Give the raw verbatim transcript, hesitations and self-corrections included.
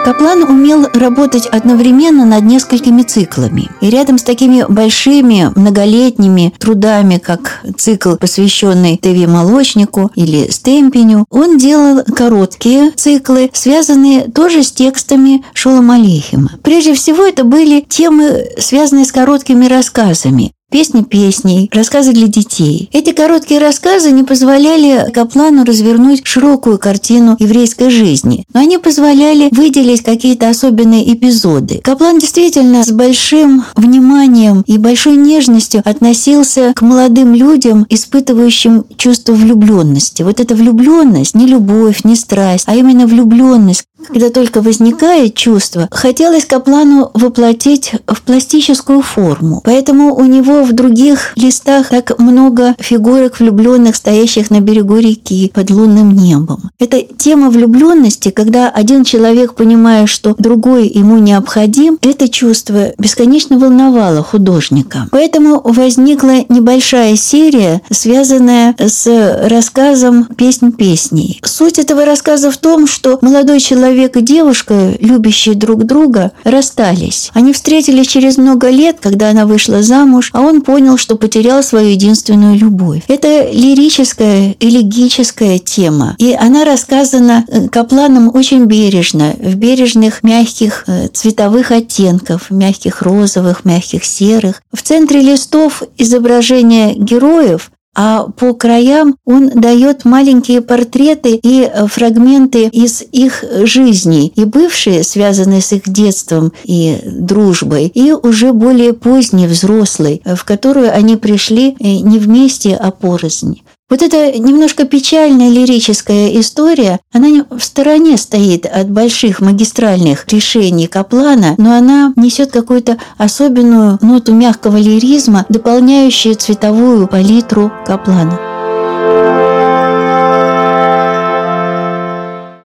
Каплан умел работать одновременно над несколькими циклами. И рядом с такими большими многолетними трудами, как цикл, посвященный Теве Молочнику или Стемпеню, он делал короткие циклы, связанные тоже с текстами Шолом Алейхема. Прежде всего, это были темы, связанные с короткими рассказами. Песни песней, рассказы для детей. Эти короткие рассказы не позволяли Каплану развернуть широкую картину еврейской жизни, но они позволяли выделить какие-то особенные эпизоды. Каплан действительно с большим вниманием и большой нежностью относился к молодым людям, испытывающим чувство влюбленности. Вот эта влюбленность, не любовь, не страсть, а именно влюбленность, когда только возникает чувство, хотелось Каплану воплотить в пластическую форму. Поэтому у него в других листах так много фигурок влюбленных, стоящих на берегу реки под лунным небом. Это тема влюбленности, когда один человек, понимая, что другой ему необходим, это чувство бесконечно волновало художника. Поэтому возникла небольшая серия, связанная с рассказом «Песнь песней». Суть этого рассказа в том, что молодой человек Человек и девушка, любящие друг друга, расстались. Они встретились через много лет, когда она вышла замуж, а он понял, что потерял свою единственную любовь. Это лирическая, элегическая тема, и она рассказана Капланом очень бережно, в бережных, мягких цветовых оттенках, мягких розовых, мягких серых. В центре листов изображение героев, а по краям он дает маленькие портреты и фрагменты из их жизней, и бывшие, связанные с их детством и дружбой, и уже более поздние, взрослые, в которую они пришли не вместе, а порознь. Вот эта немножко печальная лирическая история, она в стороне стоит от больших магистральных решений Каплана, но она несет какую-то особенную ноту мягкого лиризма, дополняющую цветовую палитру Каплана.